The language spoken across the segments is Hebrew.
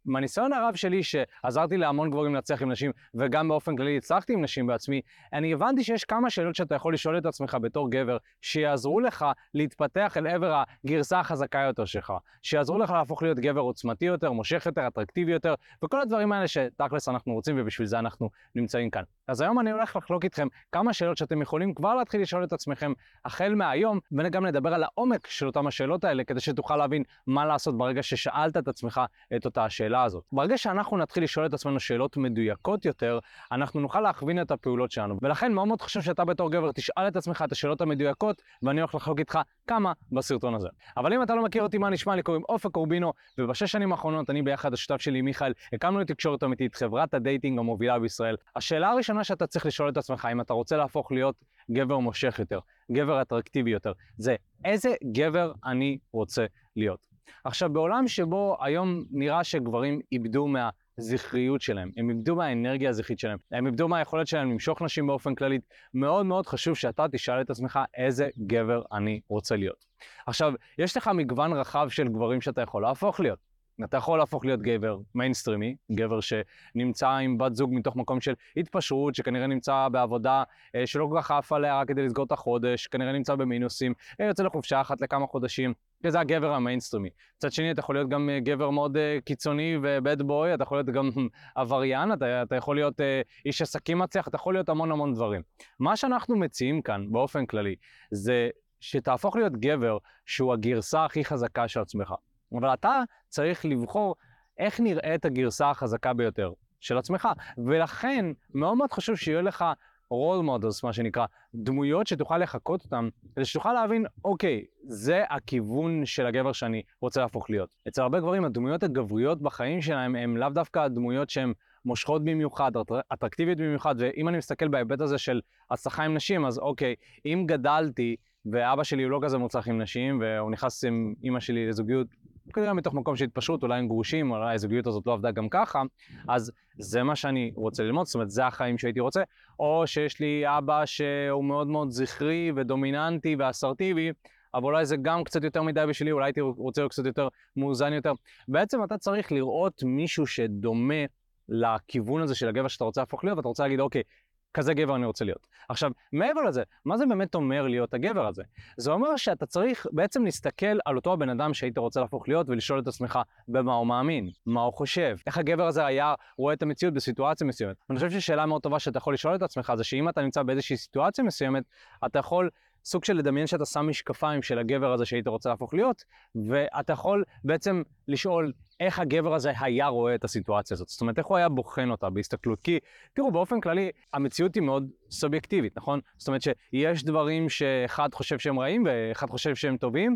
מהניסיון הרב שלי שעזרתי להמון גברים להצליח עם נשים, וגם באופן כללי הצלחתי עם נשים בעצמי, אני הבנתי שיש כמה שאלות שאתה יכול לשאול את עצמך בתור גבר, שיעזרו לך להתפתח אל עבר הגרסה החזקה יותר שלך, שיעזרו לך להפוך להיות גבר עוצמתי יותר, מושך יותר, אטרקטיבי יותר, וכל הדברים האלה שתכלס אנחנו רוצים ובשביל זה אנחנו נמצאים כאן. אז היום אני הולך לחלוק איתכם כמה שאלות שאתם יכולים כבר להתחיל לשאול את עצמכם החל מהיום, וגם נדבר על העומק של אותם השאלות האלה, כדי שתוכל להבין מה לעשות ברגע ששאלת את עצמך את אותה השאלה הזאת. ברגע שאנחנו נתחיל לשאול את עצמנו שאלות מדויקות יותר, אנחנו נוכל להכווין את הפעולות שלנו. ולכן מאוד מאוד חשוב שאתה בתור גבר תשאל את עצמך את השאלות המדויקות, ואני הולך לחלוק איתך כמה בסרטון הזה. אבל אם אתה לא מכיר אותי, מה נשמע? לי קוראים אופק קורבינו, ובשש שנים האחרונות אני ביחד השותף שלי מיכאל הקמנו את תקשורת אמיתית, חברת הדייטינג המובילה בישראל. השאלה הראשונה שאתה צריך לשאול את עצמך, אם אתה רוצה להפוך להיות גבר מושך יותר, גבר אטרקטיבי יותר, זה איזה גבר אני רוצה להיות. עכשיו, בעולם שבו היום נראה שגברים איבדו מהזכריות שלהם, הם איבדו מהאנרגיה הזכרית שלהם, הם איבדו מהיכולת שלהם למשוך נשים באופן כללי, מאוד מאוד חשוב שאתה תשאל את עצמך איזה גבר אני רוצה להיות. עכשיו, יש לך מגוון רחב של גברים שאתה יכול להפוך להיות. אתה יכול להפוך להיות גבר מיינסטרימי, גבר שנמצא עם בת זוג מתוך מקום של התפשרות, שכנראה נמצא בעבודה שלא כל כך עף עליה רק כדי לסגור את החודש, כנראה נמצא במינוסים, יוצא לחופשה אחת לכמה חודשים, זה הגבר המיינסטרימי. מצד שני, אתה יכול להיות גם גבר מאוד קיצוני ובד בוי, אתה יכול להיות גם עבריין, אתה יכול להיות איש עסקים מצליח, אתה יכול להיות המון המון דברים. מה שאנחנו מציעים כאן באופן כללי, זה שתהפוך להיות גבר שהוא הגרסה הכי חזקה של עצמך. אבל אתה צריך לבחור איך נראית הגרסה החזקה ביותר של עצמך. ולכן מאוד מאוד חשוב שיהיו לך role models, מה שנקרא, דמויות שתוכל לחכות אותם, כדי שתוכל להבין, אוקיי, זה הכיוון של הגבר שאני רוצה להפוך להיות. אצל הרבה גברים, הדמויות הגבריות בחיים שלהם, הם לאו דווקא הדמויות שהן מושכות במיוחד, אטרקטיביות במיוחד, ואם אני מסתכל בהיבט הזה של הצלחה עם נשים, אז אוקיי, אם גדלתי, ואבא שלי הוא לא כזה מוצלח עם נשים, והוא נכנס עם אמא שלי לזוגיות, כנראה מתוך מקום של התפשרות, אולי עם גרושים, אולי הזוגיות הזאת לא עבדה גם ככה, אז זה מה שאני רוצה ללמוד, זאת אומרת, זה החיים שהייתי רוצה, או שיש לי אבא שהוא מאוד מאוד זכרי ודומיננטי ואסרטיבי, אבל אולי זה גם קצת יותר מדי בשבילי, אולי הייתי רוצה להיות קצת יותר מאוזן יותר. בעצם אתה צריך לראות מישהו שדומה לכיוון הזה של הגבר שאתה רוצה להפוך להיות, ואתה רוצה להגיד, אוקיי, כזה גבר אני רוצה להיות. עכשיו, מעבר לזה, מה זה באמת אומר להיות הגבר הזה? זה אומר שאתה צריך בעצם להסתכל על אותו הבן אדם שהיית רוצה להפוך להיות ולשאול את עצמך במה הוא מאמין, מה הוא חושב, איך הגבר הזה היה רואה את המציאות בסיטואציה מסוימת. אני חושב ששאלה מאוד טובה שאתה יכול לשאול את עצמך זה שאם אתה נמצא באיזושהי סיטואציה מסוימת, אתה יכול סוג של לדמיין שאתה שם משקפיים של הגבר הזה שהיית רוצה להפוך להיות, ואתה יכול בעצם לשאול איך הגבר הזה היה רואה את הסיטואציה הזאת. זאת אומרת, איך הוא היה בוחן אותה בהסתכלות. כי, תראו, באופן כללי, המציאות היא מאוד סובייקטיבית, נכון? זאת אומרת שיש דברים שאחד חושב שהם רעים ואחד חושב שהם טובים.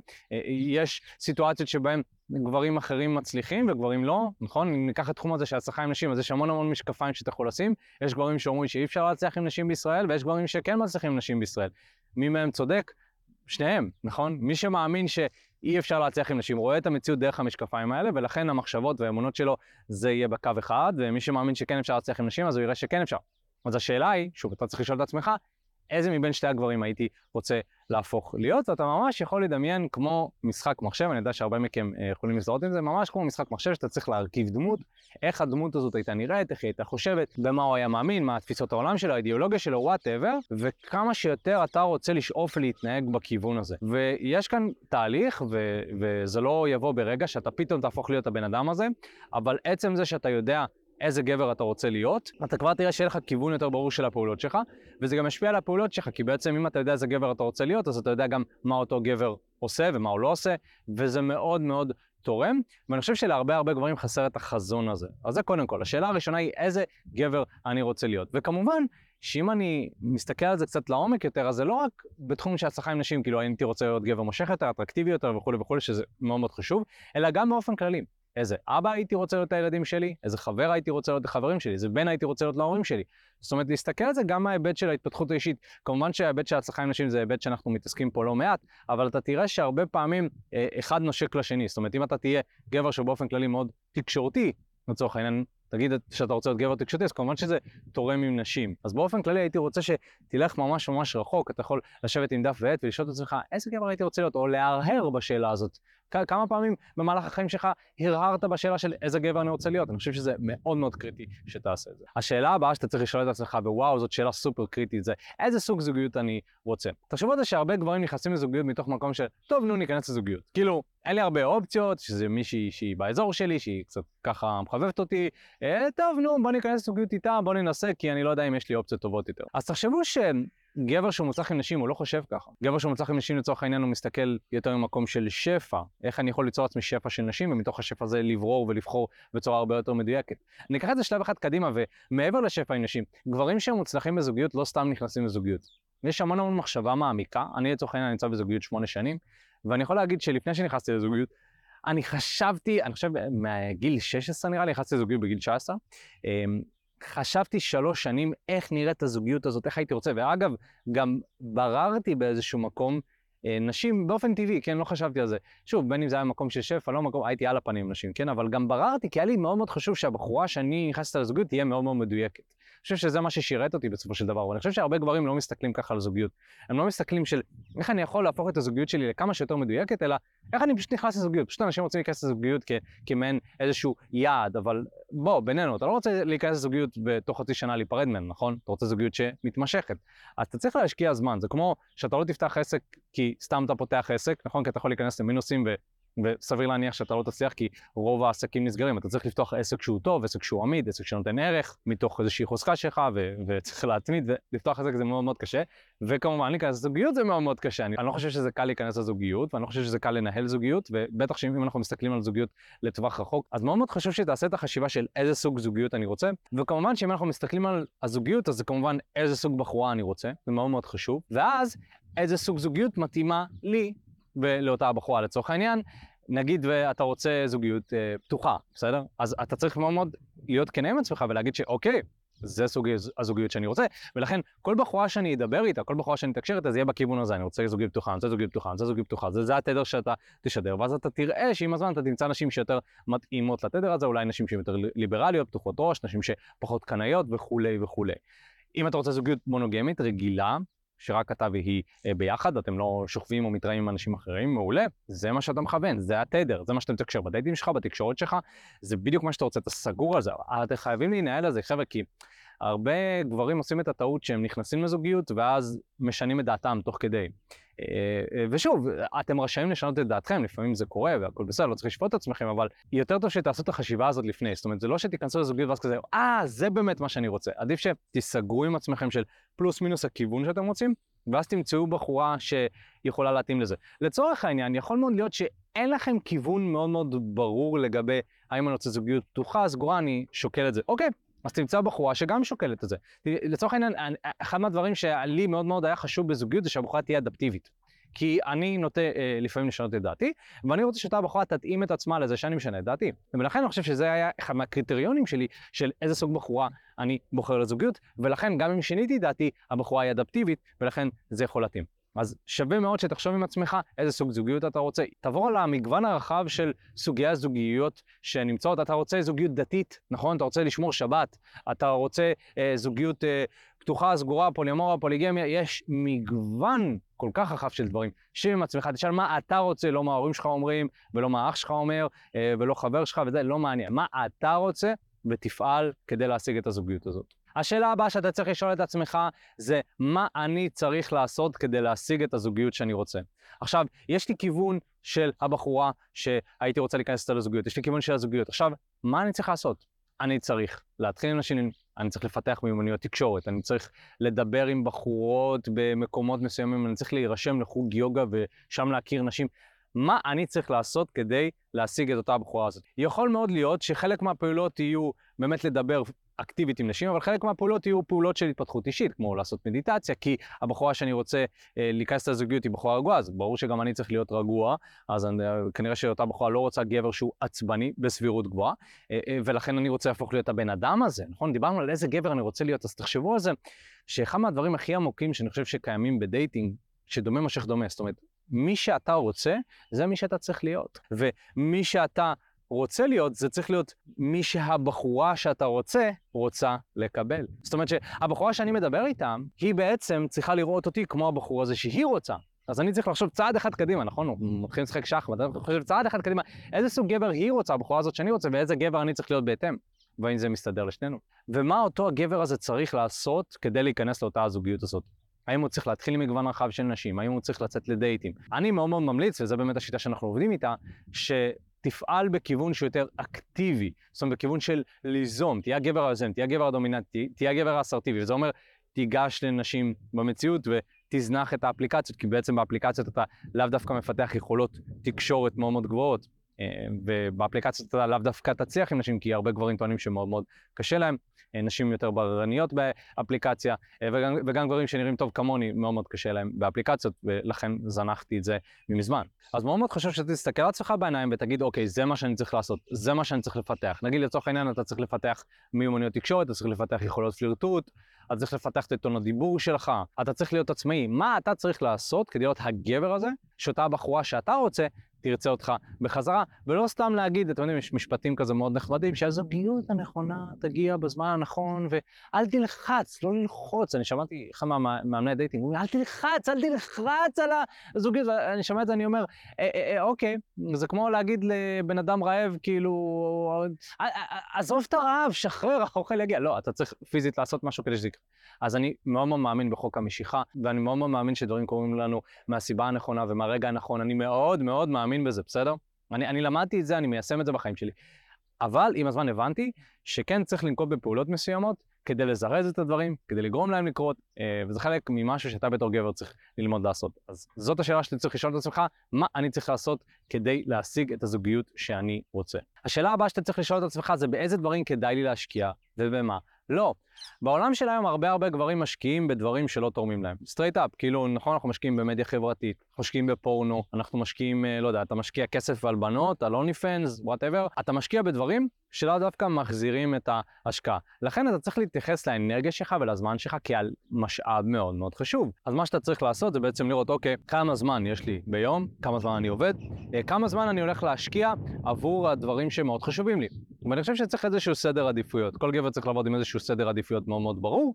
יש סיטואציות שבהם גברים אחרים מצליחים וגברים לא, נכון? אם ניקח את תחום הזה של הצלחה עם נשים, אז יש המון המון משקפיים שאתה יכול לשים. יש גברים שאומרים שאי אפשר להצליח עם נשים בישראל, ויש גברים שכן מצליחים עם נשים בישראל. מי מהם צודק? שניהם, נכון? מי שמאמין שאי אפשר להצליח עם נשים, רואה את המציאות דרך המשקפיים האלה, ולכן המחשבות והאמונות שלו זה יהיה בקו אחד, ומי שמאמין שכן אפשר להצליח עם נשים, אז הוא יראה שכן אפשר. אז השאלה היא, שוב, אתה צריך לשאול את עצמך, איזה מבין שתי הגברים הייתי רוצה להפוך להיות, ואתה ממש יכול לדמיין כמו משחק מחשב, אני יודע שהרבה מכם יכולים לזהות עם זה, ממש כמו משחק מחשב שאתה צריך להרכיב דמות, איך הדמות הזאת הייתה נראית, איך היא הייתה חושבת, במה הוא היה מאמין, מה התפיסות העולם שלו, האידיאולוגיה שלו, whatever, וכמה שיותר אתה רוצה לשאוף להתנהג בכיוון הזה. ויש כאן תהליך, וזה לא יבוא ברגע שאתה פתאום תהפוך להיות הבן אדם הזה, אבל עצם זה שאתה יודע איזה גבר אתה רוצה להיות, אתה כבר תראה שיהיה לך כיוון יותר ברור של הפעולות שלך, וזה גם משפיע על הפעולות שלך, כי בעצם אם אתה יודע איזה גבר אתה רוצה להיות, אז אתה יודע גם מה אותו גבר עושה ומה הוא לא עושה, וזה מאוד מאוד תורם, ואני חושב שלהרבה הרבה גברים חסר את החזון הזה. אז זה קודם כל. השאלה הראשונה היא איזה גבר אני רוצה להיות. וכמובן, שאם אני מסתכל על זה קצת לעומק יותר, אז זה לא רק בתחום של הצלחה עם נשים, כאילו הייתי רוצה להיות גבר מושך יותר, אטרקטיבי יותר וכו' וכו', שזה מאוד מאוד חשוב, אלא גם באופן כללי. איזה אבא הייתי רוצה להיות לילדים שלי, איזה חבר הייתי רוצה להיות לחברים שלי, איזה בן הייתי רוצה להיות להורים שלי. זאת אומרת, להסתכל על זה גם מההיבט של ההתפתחות האישית. כמובן שההיבט של הצלחה עם נשים זה היבט שאנחנו מתעסקים פה לא מעט, אבל אתה תראה שהרבה פעמים אחד נושק לשני. זאת אומרת, אם אתה תהיה גבר שבאופן כללי מאוד תקשורתי, לצורך העניין, תגיד שאתה רוצה להיות גבר תקשורתי, אז כמובן שזה תורם עם נשים. אז באופן כללי הייתי רוצה שתלך ממש ממש רחוק, אתה יכול לשבת עם דף ועט ולשאול את עצמך איזה גבר הייתי רוצה להיות, או להרהר בשאלה הזאת כמה פעמים במהלך החיים שלך הרהרת בשאלה של איזה גבר אני רוצה להיות? אני חושב שזה מאוד מאוד קריטי שתעשה את זה. השאלה הבאה שאתה צריך לשאול את עצמך, ווואו, זאת שאלה סופר קריטית, זה איזה סוג זוגיות אני רוצה. תחשבו על זה שהרבה גברים נכנסים לזוגיות מתוך מקום של, טוב, נו, ניכנס לזוגיות. כאילו, אין לי הרבה אופציות, שזה מישהי שהיא באזור שלי, שהיא קצת ככה מחבבת אותי, טוב, נו, בוא ניכנס לזוגיות איתה, בוא ננסה, כי אני לא יודע אם יש לי אופציות טובות יותר. אז תחשבו גבר שהוא מוצלח עם נשים, הוא לא חושב ככה. גבר שהוא מוצלח עם נשים לצורך העניין, הוא מסתכל יותר ממקום של שפע. איך אני יכול ליצור עצמי שפע של נשים, ומתוך השפע הזה לברור ולבחור בצורה הרבה יותר מדויקת. אני אקח את זה שלב אחד קדימה, ומעבר לשפע עם נשים, גברים שהם מוצלחים בזוגיות לא סתם נכנסים לזוגיות. יש המון מחשבה מעמיקה. אני לצורך העניין נמצא בזוגיות 8 שנים, ואני יכול להגיד שלפני שנכנסתי לזוגיות, אני חושב מגיל 16 נראה לי, נכנסתי לזוגיות בגיל 19, חשבתי 3 שנים איך נראית הזוגיות הזאת, איך הייתי רוצה, ואגב, גם בררתי באיזשהו מקום נשים באופן טבעי, כן, לא חשבתי על זה. שוב, בין אם זה היה מקום של שפע, לא מקום, הייתי על הפנים נשים, כן, אבל גם בררתי, כי היה לי מאוד מאוד חשוב שהבחורה שאני נכנסת לזוגיות תהיה מאוד מאוד מדויקת. אני חושב שזה מה ששירת אותי בסופו של דבר, ואני חושב שהרבה גברים לא מסתכלים ככה על זוגיות. הם לא מסתכלים של איך אני יכול להפוך את הזוגיות שלי לכמה שיותר מדויקת, אלא איך אני פשוט נכנס לזוגיות. פשוט אנשים רוצים להיכנס לזוגיות כמעין איזשהו יעד, אבל בוא, בינינו, אתה לא רוצה להיכנס לזוגיות בתוך חצי שנה להיפרד ממנו, נכון? אתה רוצה זוגיות שמתמשכת. אז אתה צריך להשקיע זמן, זה כמו שאתה לא תפתח עסק כי סתם אתה פותח עסק, נכון? כי אתה יכול להיכנס למינוסים וסביר להניח שאתה לא תצליח כי רוב העסקים נסגרים. אתה צריך לפתוח עסק שהוא טוב, עסק שהוא עמיד, עסק שנותן ערך מתוך איזושהי חוזקה שלך וצריך להתמיד, ולפתוח עסק זה מאוד מאוד קשה. וכמובן להיכנס לזוגיות זה מאוד מאוד קשה. אני לא חושב שזה קל להיכנס לזוגיות, ואני לא חושב שזה קל לנהל זוגיות, ובטח שאם אנחנו מסתכלים על זוגיות לטווח רחוק, אז מאוד מאוד חשוב שתעשה את החשיבה של איזה סוג זוגיות אני רוצה, וכמובן שאם אנחנו מסתכלים על הזוגיות, אז זה כמובן איזה סוג בחורה אני רוצה, זה מאוד מאוד חשוב, ואז איזה סוג זוגיות מתאימה לי ולאותה הבחורה לצורך העניין. נגיד ואתה רוצה זוגיות פתוחה, בסדר? אז אתה צריך מאוד מאוד להיות כנה עם עצמך ולהגיד שאוקיי, זה סוג הזוגיות שאני רוצה, ולכן כל בחורה שאני אדבר איתה, כל בחורה שאני אתקשר איתה, זה יהיה בכיוון הזה, אני רוצה זוגיות פתוחה, אני רוצה זוגיות פתוחה, אני רוצה זוגיות פתוחה, זה התדר שאתה תשדר, ואז אתה תראה שעם הזמן אתה תמצא נשים שיותר מתאימות לתדר הזה, אולי נשים שיותר ליברליות, פתוחות ראש, נשים שפחות קנאיות וכולי וכולי. אם אתה רוצה זוגיות מונוגמית רגילה, שרק אתה והיא ביחד, אתם לא שוכבים או מתראים עם אנשים אחרים, מעולה, זה מה שאתה מכוון, זה התדר, זה מה שאתה מתקשר בדייטים שלך, בתקשורת שלך, זה בדיוק מה שאתה רוצה, אתה סגור על זה, אתם חייבים להנהל על זה, חבר'ה, כי הרבה גברים עושים את הטעות שהם נכנסים לזוגיות, ואז משנים את דעתם תוך כדי. ושוב, אתם רשאים לשנות את דעתכם, לפעמים זה קורה, והכל בסדר, לא צריך לשפוט את עצמכם, אבל יותר טוב שתעשו את החשיבה הזאת לפני, זאת אומרת, זה לא שתיכנסו לזוגיות ואז כזה, זה באמת מה שאני רוצה. עדיף שתיסגרו עם עצמכם של פלוס מינוס הכיוון שאתם רוצים, ואז תמצאו בחורה שיכולה להתאים לזה. לצורך העניין, יכול מאוד להיות שאין לכם כיוון מאוד מאוד ברור לגבי האם אני רוצה זוגיות פתוחה, סגורה, אני שוקל את זה. אוקיי, אז תמצא בחורה שגם שוקלת את זה. לצורך העניין, אחד מהדברים שלי מאוד מאוד היה חשוב בזוגיות זה שהבחורה תהיה אדפטיבית. כי אני נוטה לפעמים לשנות את דעתי, ואני רוצה שאותה בחורה תתאים את עצמה לזה שאני משנה את דעתי. ולכן אני חושב שזה היה אחד מהקריטריונים שלי של איזה סוג בחורה אני בוחר לזוגיות, ולכן גם אם שיניתי דעתי, הבחורה היא אדפטיבית, ולכן זה יכול להתאים. אז שווה מאוד שתחשוב עם עצמך איזה סוג זוגיות אתה רוצה. תעבור על המגוון הרחב של סוגי הזוגיות שנמצאות. אתה רוצה זוגיות דתית, נכון? אתה רוצה לשמור שבת, אתה רוצה זוגיות פתוחה, סגורה, פוליאמוריה, פוליגמיה. יש מגוון כל כך רחב של דברים. שב עם עצמך, תשאל מה אתה רוצה, לא מה ההורים שלך אומרים, ולא מה האח שלך אומר, ולא חבר שלך, וזה לא מעניין. מה אתה רוצה ותפעל כדי להשיג את הזוגיות הזאת. השאלה הבאה שאתה צריך לשאול את עצמך זה מה אני צריך לעשות כדי להשיג את הזוגיות שאני רוצה. עכשיו, יש לי כיוון של הבחורה שהייתי רוצה להיכנס איתה לזוגיות, יש לי כיוון של הזוגיות. עכשיו, מה אני צריך לעשות? אני צריך להתחיל עם נשים, אני צריך לפתח מיומנויות תקשורת, אני צריך לדבר עם בחורות במקומות מסוימים, אני צריך להירשם לחוג יוגה ושם להכיר נשים. מה אני צריך לעשות כדי להשיג את אותה הבחורה הזאת? יכול מאוד להיות שחלק מהפעולות יהיו באמת לדבר אקטיבית עם נשים, אבל חלק מהפעולות יהיו פעולות של התפתחות אישית, כמו לעשות מדיטציה, כי הבחורה שאני רוצה להיכנס לזוגיות היא בחורה רגועה, אז ברור שגם אני צריך להיות רגוע, אז כנראה שאותה בחורה לא רוצה גבר שהוא עצבני בסבירות גבוהה, ולכן אני רוצה להפוך להיות הבן אדם הזה, נכון? דיברנו על איזה גבר אני רוצה להיות, אז תחשבו על זה, שאחד מהדברים הכי עמוקים שאני חושב שקיימים בדייטינג, שדומה משך דומה, זאת אומרת, מי שאתה רוצה, זה מי שאתה צריך להיות, ומי שאתה רוצה להיות, זה צריך להיות מי שהבחורה שאתה רוצה לקבל. זאת אומרת שהבחורה שאני מדבר איתה, היא בעצם צריכה לראות אותי כמו הבחורה הזה שהיא רוצה. אז אני צריך לחשוב צעד אחד קדימה, נכון? מתחילים לשחק שחמט, אני חושב צעד אחד קדימה, איזה סוג גבר היא רוצה, הבחורה הזאת שאני רוצה, ואיזה גבר אני צריך להיות בהתאם, והאם זה מסתדר לשנינו. ומה אותו הגבר הזה צריך לעשות כדי להיכנס לאותה הזוגיות הזאת? האם הוא צריך להתחיל עם מגוון רחב של נשים? האם הוא צריך לצאת לדייטים? אני מאוד מאוד ממליץ, וזו באמת השיטה שאנחנו עובדים איתה, שתפעל בכיוון שהוא יותר אקטיבי, זאת אומרת, בכיוון של ליזום, תהיה הגבר היוזם, תהיה הגבר הדומיננטי, תהיה הגבר האסרטיבי, וזה אומר, תיגש לנשים במציאות ותזנח את האפליקציות, כי בעצם באפליקציות אתה לאו דווקא מפתח יכולות תקשורת מאוד מאוד גבוהות, ובאפליקציות אתה לאו דווקא תצליח עם נשים, כי הרבה גברים טוענים שמאוד מאוד קשה להם, נשים יותר בררניות באפליקציה, וגם גברים שנראים טוב כמוני, מאוד מאוד קשה להם באפליקציות, ולכן זנחתי את זה מזמן. אז מאוד מאוד חשוב שתסתכל על עצמך בעיניים ותגיד, אוקיי, זה מה שאני צריך לעשות, זה מה שאני צריך לפתח. נגיד לצורך העניין, אתה צריך לפתח מיומנויות תקשורת, אתה צריך לפתח יכולות פלירטוט, אתה צריך לפתח את טון הדיבור שלך, אתה צריך להיות עצמאי. מה אתה צריך לעשות כדי להיות הגבר הזה, שאותה הבחורה שאתה רוצה, תרצה אותך בחזרה, ולא סתם להגיד, אתם יודעים, יש משפטים כזה מאוד נחמדים, שהזוגיות הנכונה תגיע בזמן הנכון, ואל תלחץ, לא ללחוץ. אני שמעתי אחד מהמאמני דייטינג, הוא אומר, אל תלחץ על הזוגיות, ואני שמע את זה, אני אומר, אוקיי, זה כמו להגיד לבן אדם רעב, כאילו, עזוב את הרעב, שחרר, האוכל יגיע. לא, אתה צריך פיזית לעשות משהו כדי שזה יקרה. אז אני מאוד מאוד מאמין בחוק המשיכה, ואני מאוד מאוד מאמין שדברים קורים לנו מהסיבה הנכונה ומהרגע הנכון. אני מאוד מאוד מאמין בזה, בסדר? אני למדתי את זה, אני מיישם את זה בחיים שלי. אבל עם הזמן הבנתי שכן צריך לנקוט בפעולות מסוימות כדי לזרז את הדברים, כדי לגרום להם לקרות, וזה חלק ממשהו שאתה בתור גבר צריך ללמוד לעשות. אז זאת השאלה שאתה צריך לשאול את עצמך, מה אני צריך לעשות כדי להשיג את הזוגיות שאני רוצה. השאלה הבאה שאתה צריך לשאול את עצמך זה באיזה דברים כדאי לי להשקיע ובמה. לא. בעולם של היום הרבה גברים משקיעים בדברים שלא תורמים להם. סטרייט אפ, כאילו, נכון, אנחנו משקיעים במדיה חברתית, אנחנו משקיעים בפורנו, אנחנו משקיעים, לא יודע, אתה משקיע כסף על בנות, על OnlyFans, whatever, אתה משקיע בדברים שלא דווקא מחזירים את ההשקעה. לכן אתה צריך להתייחס לאנרגיה שלך ולזמן שלך כעל משאב מאוד מאוד חשוב. אז מה שאתה צריך לעשות זה בעצם לראות, אוקיי, כמה זמן יש לי ביום, כמה זמן אני עובד, כמה זמן אני הולך להשקיע עבור הדברים שמאוד חשובים לי. ואני חושב שצריך איזשהו סדר עדיפויות. כל גבר צריך לעבוד עם איזשהו סדר עדיפויות מאוד מאוד ברור,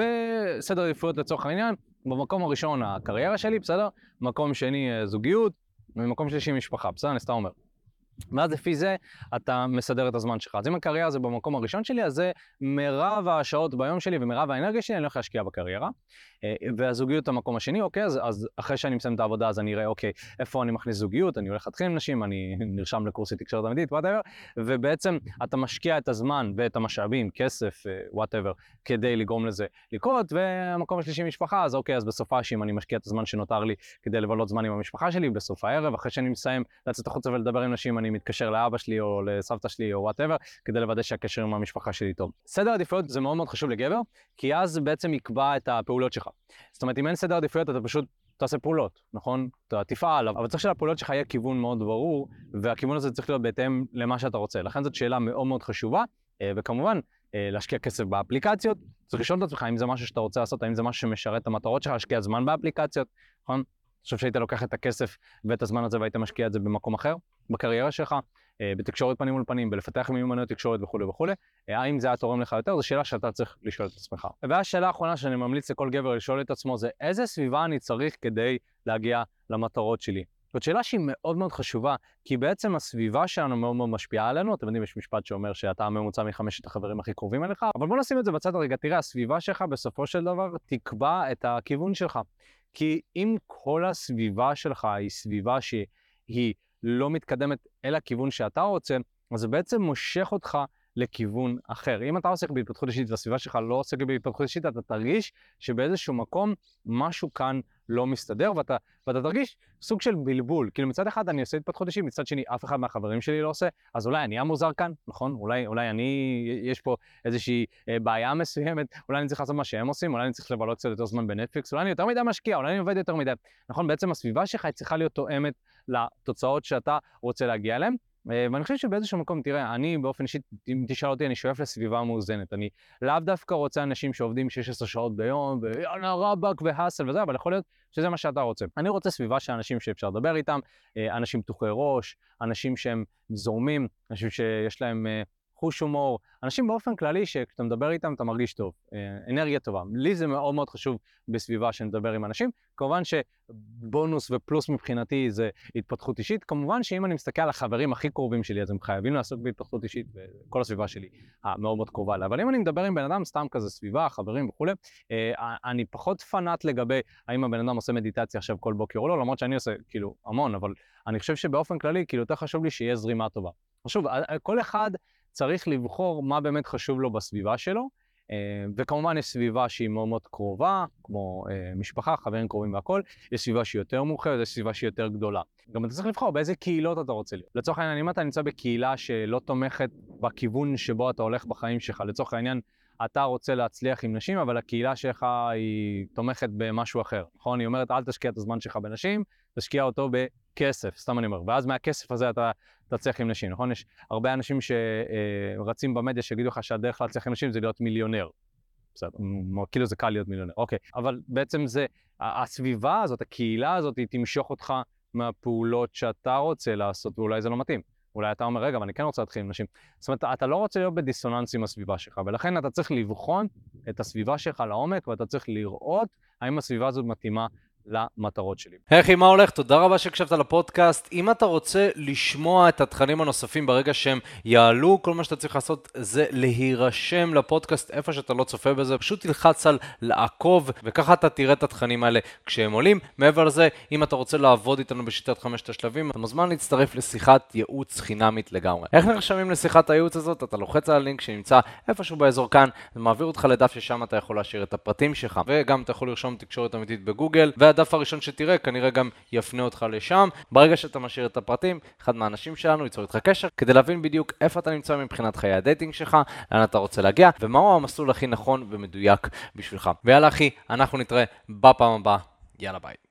וסדר עדיפויות לצורך העניין, במקום הראשון הקריירה שלי, בסדר? במקום שני זוגיות, ובמקום שלישי משפחה, בסדר? אני סתם אומר. ואז לפי זה אתה מסדר את הזמן שלך. אז אם הקריירה זה במקום הראשון שלי, אז זה מרב השעות ביום שלי ומרב האנרגיה שלי, אני הולך להשקיע בקריירה. והזוגיות המקום השני, אוקיי, אז אחרי שאני מסיים את העבודה, אז אני אראה, אוקיי, איפה אני מכניס זוגיות, אני הולך להתחיל עם נשים, אני נרשם לקורסי תקשורת אמיתית, whatever, ובעצם אתה משקיע את הזמן ואת המשאבים, כסף, whatever, כדי לגרום לזה לקרות, והמקום השלישי משפחה, אז אוקיי, אז בסוף השם אני משקיע את הזמן שנותר לי כדי לבלות זמן עם המשפחה שלי, בסוף הערב, אחרי שאני מסיים לצאת החוצה ולדבר עם נשים, אני מתקשר לאבא שלי או לסבתא שלי או whatever, כדי לוודא שהקשר עם המשפחה שלי טוב. סדר עדיפויות זה מאוד מאוד חשוב לגבר, כי אז בעצם יקבע את הפעולות שלך. זאת אומרת, אם אין סדר עדיפויות, אתה פשוט תעשה פעולות, נכון? אתה תפעל, אבל צריך שלפעולות שלך יהיה כיוון מאוד ברור, והכיוון הזה צריך להיות בהתאם למה שאתה רוצה. לכן זאת שאלה מאוד מאוד חשובה, וכמובן, להשקיע כסף באפליקציות, צריך לשאול את עצמך אם זה משהו שאתה רוצה לעשות, האם זה משהו שמשרת את המטרות שלך, להשקיע זמן באפליקציות, נכון? אני חושב שהיית לוקח את הכסף ואת הזמן הזה והיית משקיע את זה במקום אחר, בקריירה שלך, בתקשורת פנים מול פנים, בלפתח מיומנויות תקשורת וכו' וכו'. האם זה היה תורם לך יותר? זו שאלה שאתה צריך לשאול את עצמך. והשאלה האחרונה שאני ממליץ לכל גבר לשאול את עצמו זה, איזה סביבה אני צריך כדי להגיע למטרות שלי? זאת שאלה שהיא מאוד מאוד חשובה, כי בעצם הסביבה שלנו מאוד מאוד משפיעה עלינו. אתם יודעים, יש משפט שאומר שאתה הממוצע מחמשת החברים הכי קרובים אליך, אבל בוא נשים את זה בצד הרגע. תראה, הסביבה שלך בסופו של דבר תקבע את הכיוון שלך. כי אם כל הסביבה שלך היא סביבה שהיא לא מתקדמת אל הכיוון שאתה רוצה, אז זה בעצם מושך אותך לכיוון אחר. אם אתה עוסק בהתפתחות אישית והסביבה שלך לא עוסק בהתפתחות אישית, אתה תרגיש שבאיזשהו מקום משהו כאן לא מסתדר, ואתה תרגיש סוג של בלבול. כאילו מצד אחד אני עושה התפתחות אישית, מצד שני אף אחד מהחברים שלי לא עושה, אז אולי אני המוזר כאן, נכון? אולי יש פה איזושהי בעיה מסוימת, אולי אני צריך לעשות מה שהם עושים, אולי אני צריך לבלות קצת יותר זמן בנטפליקס, אולי אני יותר מדי משקיע, אולי אני עובד יותר מדי. נכון? בעצם הסביבה שלך היא צריכה להיות תואמת לתוצאות שאתה רוצה להגיע אליהן. ואני חושב שבאיזשהו מקום, תראה, אני באופן אישי, אם תשאל אותי, אני שואף לסביבה מאוזנת. אני לאו דווקא רוצה אנשים שעובדים 16 שעות ביום, ויאללה רבק והסל וזה, אבל יכול להיות שזה מה שאתה רוצה. אני רוצה סביבה של אנשים שאפשר לדבר איתם, אנשים פתוחי ראש, אנשים שהם זורמים, אנשים שיש להם חוש הומור, אנשים באופן כללי שכשאתה מדבר איתם אתה מרגיש טוב, אנרגיה טובה. לי זה מאוד מאוד חשוב בסביבה שנדבר עם אנשים. כמובן שבונוס ופלוס מבחינתי זה התפתחות אישית. כמובן שאם אני מסתכל על החברים הכי קרובים שלי, אז הם חייבים לעסוק בהתפתחות אישית, וכל הסביבה שלי מאוד מאוד קרובה לה. אבל אם אני מדבר עם בן אדם, סתם כזה סביבה, חברים וכו', אני פחות פנאט לגבי האם הבן אדם עושה מדיטציה עכשיו כל בוקר או לא, למרות שאני עושה כאילו המון, אבל אני חושב שבאופן כללי כאילו יותר חשוב לי שיהיה זרימה טובה. חשוב, כל אחד צריך לבחור מה באמת חשוב לו בסביבה שלו, וכמובן יש סביבה שהיא מאוד מאוד קרובה, כמו משפחה, חברים קרובים והכל, יש סביבה שהיא יותר מורחבת, יש סביבה שהיא יותר גדולה. גם אתה צריך לבחור באיזה קהילות אתה רוצה להיות. לצורך העניין, אם אתה נמצא בקהילה שלא תומכת בכיוון שבו אתה הולך בחיים שלך, לצורך העניין, אתה רוצה להצליח עם נשים, אבל הקהילה שלך היא תומכת במשהו אחר, נכון? היא אומרת, אל תשקיע את הזמן שלך בנשים, תשקיע אותו בכסף, סתם אני אומר. ואז מהכסף הזה אתה תצליח עם נשים, נכון? יש הרבה אנשים שרצים במדיה שיגידו לך שהדרך להצליח עם נשים זה להיות מיליונר. בסדר, כאילו זה קל להיות מיליונר, אוקיי. אבל בעצם זה, הסביבה הזאת, הקהילה הזאת, היא תמשוך אותך מהפעולות שאתה רוצה לעשות, ואולי זה לא מתאים. אולי אתה אומר, רגע, אבל אני כן רוצה להתחיל עם נשים. זאת אומרת, אתה לא רוצה להיות בדיסוננס עם הסביבה שלך, ולכן אתה צריך לבחון את הסביבה שלך לעומק, ואתה צריך לראות האם הסביבה הזאת מתאימה למטרות שלי. היי, מה הולך? תודה רבה שהקשבת לפודקאסט. אם אתה רוצה לשמוע את התכנים הנוספים ברגע שהם יעלו, כל מה שאתה צריך לעשות זה להירשם לפודקאסט איפה שאתה לא צופה בזה. פשוט תלחץ על לעקוב, וככה אתה תראה את התכנים האלה כשהם עולים. מעבר לזה, אם אתה רוצה לעבוד איתנו בשיטת 5 השלבים, אתה מוזמן להצטרף לשיחת ייעוץ חינמית לגמרי. איך נרשמים לשיחת הייעוץ הזאת? אתה לוחץ על הלינק שנמצא איפשהו באזור כאן, זה מעביר אותך לדף ששם אתה יכול להשאיר את הפרטים שלך, וגם אתה יכול לרשום תקשורת אמיתית בגוגל, והדף הראשון שתראה כנראה גם יפנה אותך לשם. ברגע שאתה משאיר את הפרטים, אחד מהאנשים שלנו ייצור איתך קשר כדי להבין בדיוק איפה אתה נמצא מבחינת חיי הדייטינג שלך, לאן אתה רוצה להגיע, ומהו המסלול הכי נכון ומדויק בשבילך. ויאללה אחי, אנחנו נתראה בפעם הבאה. יאללה ביי.